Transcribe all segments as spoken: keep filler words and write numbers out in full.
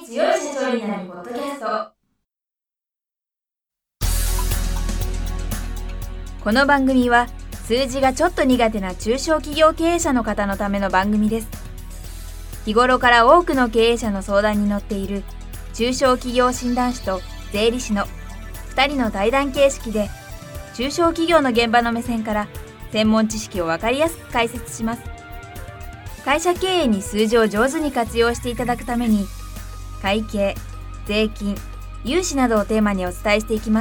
強い社長になるポッドキャスト。この番組は数字がちょっと苦手な中小企業経営者の方のための番組です。日頃から多くの経営者の相談に乗っている中小企業診断士と税理士のふたりの対談形式で、中小企業の現場の目線から専門知識を分かりやすく解説します。会社経営に数字を上手に活用していただくために、会計、税金、融資などをテーマにお伝えしていきます。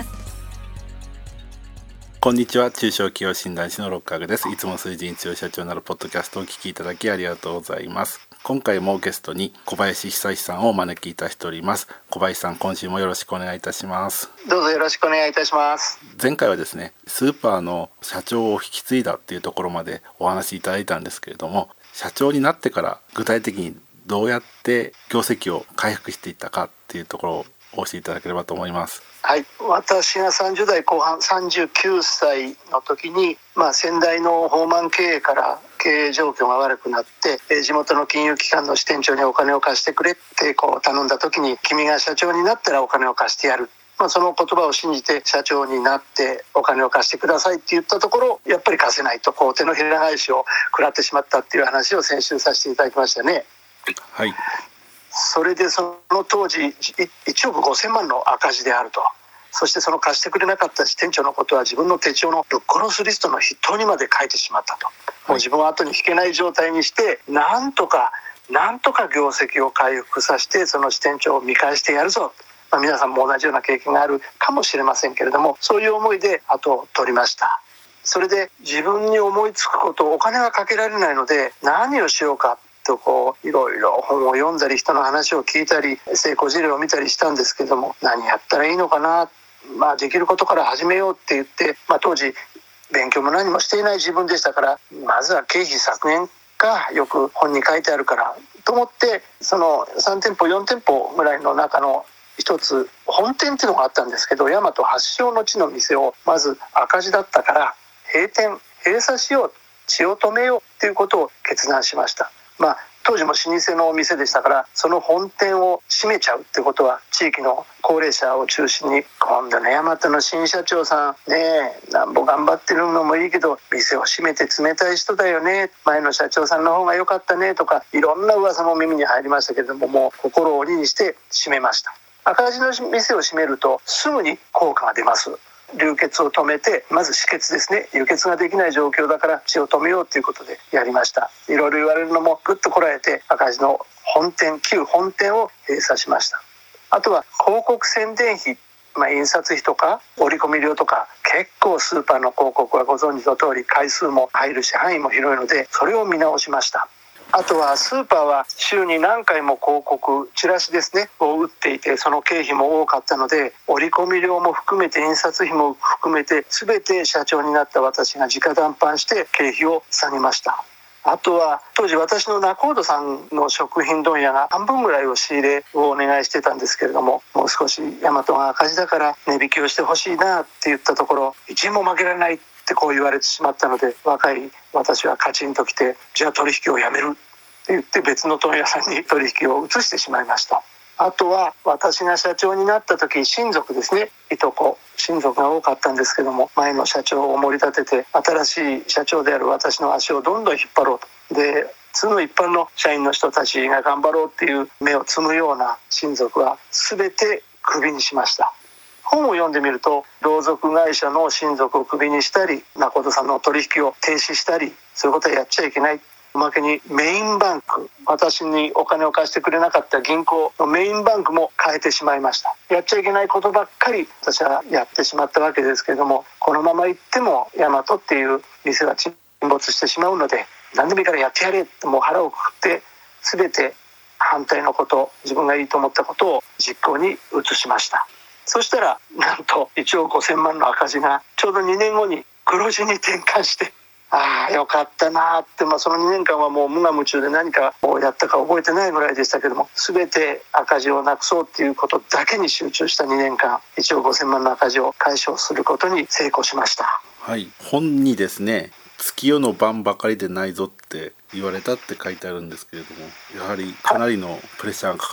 こんにちは、中小企業診断士の六角です。いつも数字に強い社長になるポッドキャストをお聞きいただきありがとうございます。今回もゲストに小林久志さんをお招きいたしております。小林さん、今週もよろしくお願いいたします。 どうぞよろしくお願いいたします。 前回はですね、スーパーの社長を引き継いだっていうところまでお話しいただいたんですけれども、社長になってから具体的にどうやって業績を回復していったかっていうところを教えていただければと思います。 はい、私がさんじゅう代後半さんじゅうきゅうさいの時に、まあ、先代の放漫経営から経営状況が悪くなって、地元の金融機関の支店長にお金を貸してくれってこう頼んだ時に、君が社長になったらお金を貸してやる、まあ、その言葉を信じて社長になってお金を貸してくださいって言ったところ、やっぱり貸せないとこう手のひら返しを食らってしまったっていう話を先週させていただきましたね。 はい。 それでその当時いちおくごせんまんの赤字であると、そしてその貸してくれなかった支店長のことは自分の手帳のぶっ殺すリストの筆頭にまで書いてしまったと、もう自分を後に引けない状態にして、なんとかなんとか業績を回復させてその支店長を見返してやるぞ、まあ、皆さんも同じような経験があるかもしれませんけれども、そういう思いで後を取りました。それで自分に思いつくこと、お金はかけられないので何をしようかとこういろいろ本を読んだり人の話を聞いたり成功事例を見たりしたんですけども、何やったらいいのかな、まあ、できることから始めようって言って、まあ、当時勉強も何もしていない自分でしたから、まずは経費削減がよく本に書いてあるからと思って、そのさん店舗よん店舗ぐらいの中の一つ本店っていうのがあったんですけど、大和発祥の地の店をまず赤字だったから閉店閉鎖しよう、血を止めようっていうことを決断しました。まあ、当時も老舗のお店でしたから、その本店を閉めちゃうってことは地域の高齢者を中心に、今度の大和の新社長さんねえ、なんぼ頑張ってるのもいいけど店を閉めて冷たい人だよね、前の社長さんの方が良かったねとか、いろんな噂も耳に入りましたけれども、もう心を鬼にして閉めました。赤字の店を閉めるとすぐに効果が出ます。流血を止めて、まず止血ですね、輸血ができない状況だから血を止めようということでやりました。いろいろ言われるのもぐっとこらえて、赤字の本店旧本店を閉鎖しました。あとは広告宣伝費、まあ、印刷費とか折り込み料とか、結構スーパーの広告はご存知の通り回数も入るし範囲も広いので、それを見直しました。あとはスーパーは週に何回も広告、チラシですねを打っていて、その経費も多かったので、折り込み料も含めて印刷費も含めて全て社長になった私が直談判して経費を下げました。あとは当時私の仲人さんの食品問屋が半分ぐらいを仕入れをお願いしてたんですけれども、もう少し大和が赤字だから値引きをしてほしいなって言ったところ、いちえんも負けられないってこう言われてしまったので、若い私はカチンときて、じゃあ取引をやめるって言って別の問屋さんに取引を移してしまいました。あとは私が社長になった時、親族ですね、いとこ親族が多かったんですけども、前の社長を盛り立てて新しい社長である私の足をどんどん引っ張ろうと、で普通の一般の社員の人たちが頑張ろうっていう目をつむような親族は全てクビにしました。本を読んでみると、同族会社の親族をクビにしたり、仲人さんの取引を停止したり、そういうことはやっちゃいけない。おまけにメインバンク、私にお金を貸してくれなかった銀行のメインバンクも変えてしまいました。やっちゃいけないことばっかり私はやってしまったわけですけれども、このまま行っても大和っていう店は沈没してしまうので、何でもいいからやってやれってもう腹をくくって、全て反対のこと、自分がいいと思ったことを実行に移しました。そしたらなんといちおくごせんまんの赤字がちょうどにねんごに黒字に転換して、ああよかったなって、まあ、そのにねんかんはもう無我夢中で何かをやったか覚えてないぐらいでしたけども、全て赤字をなくそうっていうことだけに集中したにねんかん、いちおくごせんまんの赤字を解消することに成功しました。 はい、本にですね、月夜の晩ばかりでないぞって言われたって書いてあるんですけれども、やはりかなりのプレッシャーがかかっ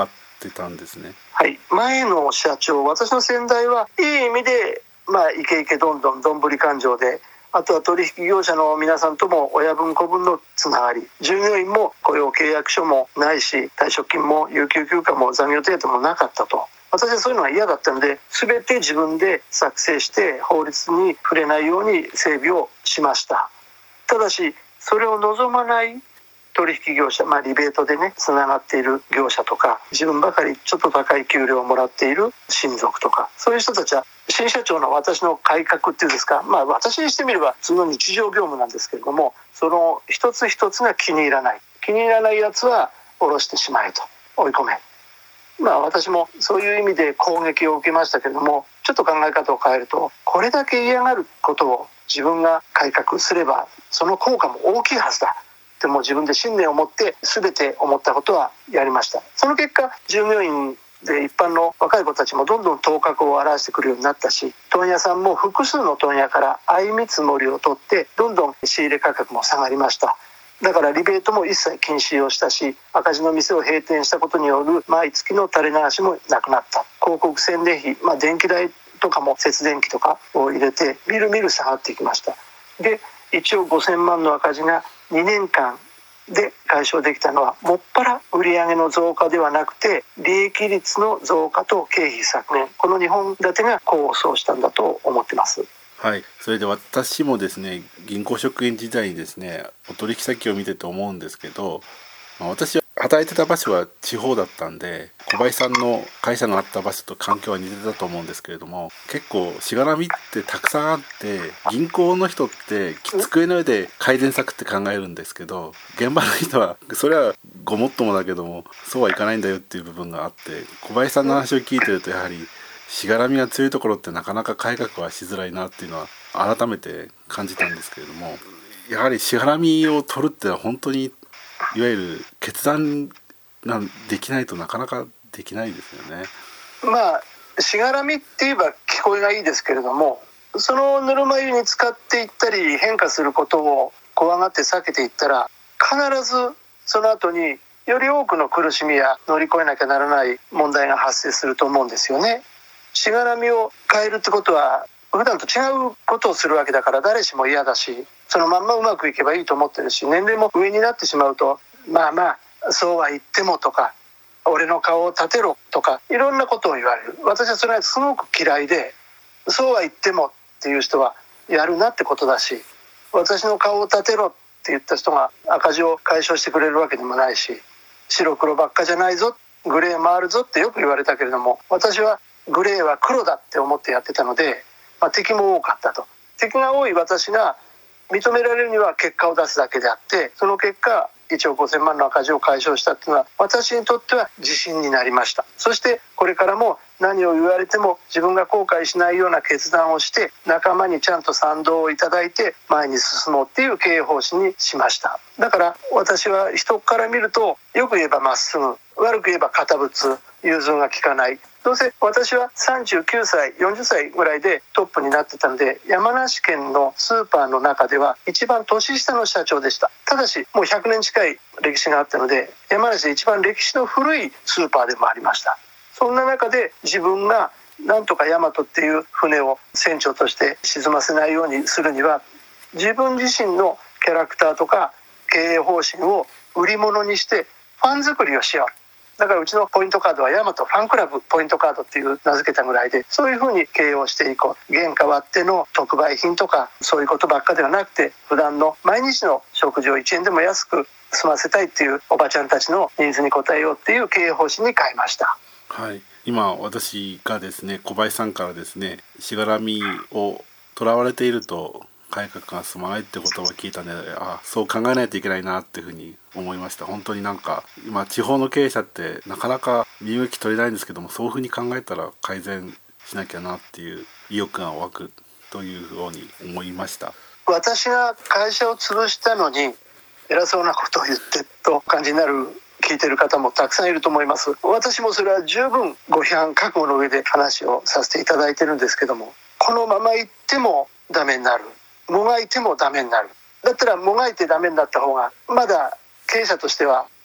ってたんですね。 はい、前の社長、私の先代はいい意味で、まあ、イケイケどんどんどんぶり勘定で、あとは取引業者の皆さんとも親分子分のつながり、従業員も雇用契約書もないし、退職金も有給休暇も残業手当もなかったと。私はそういうのが嫌だったので、全て自分で作成して法律に触れないように整備をしました。ただしそれを望まない取引業者、まあ、リベートでねつながっている業者とか、自分ばかりちょっと高い給料をもらっている親族とか、そういう人たちは新社長の私の改革っていうんですか、まあ私にしてみればその日常業務なんですけれども、その一つ一つが気に入らない気に入らないやつは下ろしてしまえと、追い込め。まあ私もそういう意味で攻撃を受けましたけれども、ちょっと考え方を変えると、これだけ嫌がることを自分が改革すればその効果も大きいはずだって、もう自分で信念を持って全て思ったことはやりました。その結果、従業員で一般の若い子たちもどんどん頭角を現してくるようになったし、問屋さんも複数の問屋から相見積もりを取ってどんどん仕入れ価格も下がりました。だからリベートも一切禁止をしたし、赤字の店を閉店したことによる毎月の垂れ流しもなくなった。広告宣伝費、まあ、電気代とかも節電機とかを入れてみるみる下がっていきました。でいちおくごせんまんの赤字がにねんかんで解消できたのは、もっぱら売上の増加ではなくて利益率の増加と経費削減、このにほん立てが功を奏したんだと思ってます。 はい、それで私もですね、銀行職員時代にですね、お取引先を見てて思うんですけど、まあ、私は働いてた場所は地方だったんで、小林さんの会社のあった場所と環境は似てたと思うんですけれども、結構しがらみってたくさんあって、銀行の人って机の上で改善策って考えるんですけど、現場の人はそれはごもっともだけどもそうはいかないんだよっていう部分があって、小林さんの話を聞いてるとやはりしがらみが強いところってなかなか改革はしづらいなっていうのは改めて感じたんですけれども、やはりしがらみを取るってのは本当にいわゆる決断ができないとなかなかできないですよね。 まあしがらみって言えば聞こえがいいですけれども、そのぬるま湯に使っていったり変化することを怖がって避けていったら、必ずその後により多くの苦しみや乗り越えなきゃならない問題が発生すると思うんですよね。しがらみを変えるってことは普段と違うことをするわけだから、誰しも嫌だし、そのまんまうまくいけばいいと思ってるし、年齢も上になってしまうと、まあまあそうは言ってもとか、俺の顔を立てろとか、いろんなことを言われる。私はそれはすごく嫌いで、そうは言ってもっていう人はやるなってことだし、私の顔を立てろって言った人が赤字を解消してくれるわけでもないし、白黒ばっかじゃないぞ、グレーもあるぞってよく言われたけれども、私はグレーは黒だって思ってやってたので、まあ、敵も多かったと。敵が多い私が認められるには結果を出すだけであって、その結果いちおくごせんまんの赤字を解消したっていうのは私にとっては自信になりました。そしてこれからも何を言われても自分が後悔しないような決断をして、仲間にちゃんと賛同をいただいて前に進もうっていう経営方針にしました。だから私は人から見ると、よく言えばまっすぐ、悪く言えば堅物、融通が利かない。どうせ私はさんじゅうきゅうさいよんじゅっさいぐらいでトップになってたんで、山梨県のスーパーの中では一番年下の社長でした。ただしもうひゃくねん近い歴史があったので、山梨で一番歴史の古いスーパーでもありました。そんな中で自分がなんとか大和っていう船を船長として沈ませないようにするには、自分自身のキャラクターとか経営方針を売り物にしてファン作りをしよう。だからうちのポイントカードは大和ファンクラブポイントカードっていう名付けたぐらいで、そういうふうに経営をしていこう。原価割っての特売品とかそういうことばっかではなくて、普段の毎日の食事をいちえんでも安く済ませたいっていうおばちゃんたちのニーズに応えようっていう経営方針に変えました。 はい、今私がですね、小林さんからですね、しがらみをとらわれていると改革が進まないってことを聞いたので、あ、そう考えないといけないなっていうふうに思いました。本当になんか今地方の経営者ってなかなか身動き取れないんですけども、そういうふうに考えたら改善しなきゃなっていう意欲が湧くというふうに思いました。 私が会社を潰したのに偉そうなことを言ってと感じになる聞いてる方もたくさんいると思います。私もそれは十分ご批判覚悟の上で話をさせていただいてるんですけども、このままいってもダメになる、もがいてもダメになる。だったらもがいてダメになった方がまだ経営者としては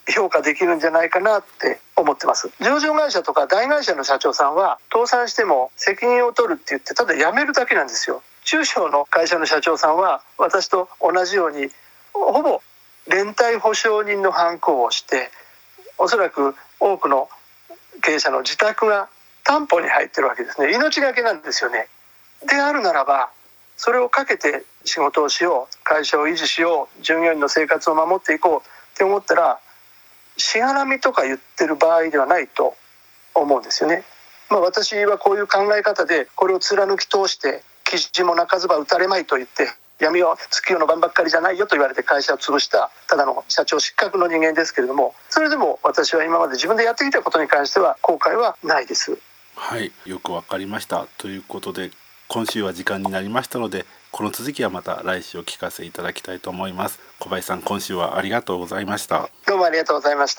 評価できるんじゃないかなって思ってます。上場会社とか大会社の社長さんは倒産しても責任を取るって言ってただ辞めるだけなんですよ。中小の会社の社長さんは私と同じようにほぼ連帯保証人のハンコをして、おそらく多くの経営者の自宅が担保に入ってるわけですね。命がけなんですよね。であるならばそれをかけて仕事をしよう、会社を維持しよう、従業員の生活を守っていこうって思ったら、しがらみとか言ってる場合ではないと思うんですよね。まあ、私はこういう考え方でこれを貫き通して、記事も鳴かずば打たれまいと言って闇を月夜の晩ばっかりじゃないよと言われて会社を潰したただの社長失格の人間ですけれども、それでも私は今まで自分でやってきたことに関しては後悔はないです。 はい、よくわかりました。ということで今週は時間になりましたので、この続きはまた来週お聞かせいただきたいと思います。小林さん、今週はありがとうございました。 どうもありがとうございました。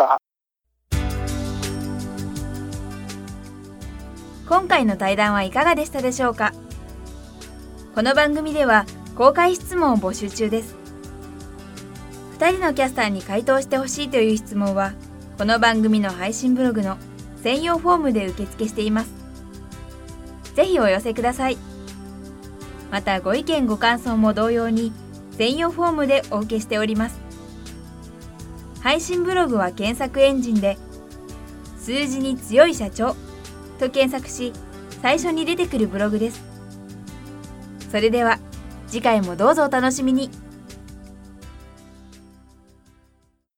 今回の対談はいかがでしたでしょうか。この番組では公開質問を募集中です。ふたりのキャスターに回答してほしいという質問は、この番組の配信ブログの専用フォームで受付しています。ぜひお寄せください。またご意見ご感想も同様に専用フォームでお受けしております。配信ブログは検索エンジンで数字に強い社長と検索し、最初に出てくるブログです。それでは次回もどうぞお楽しみに。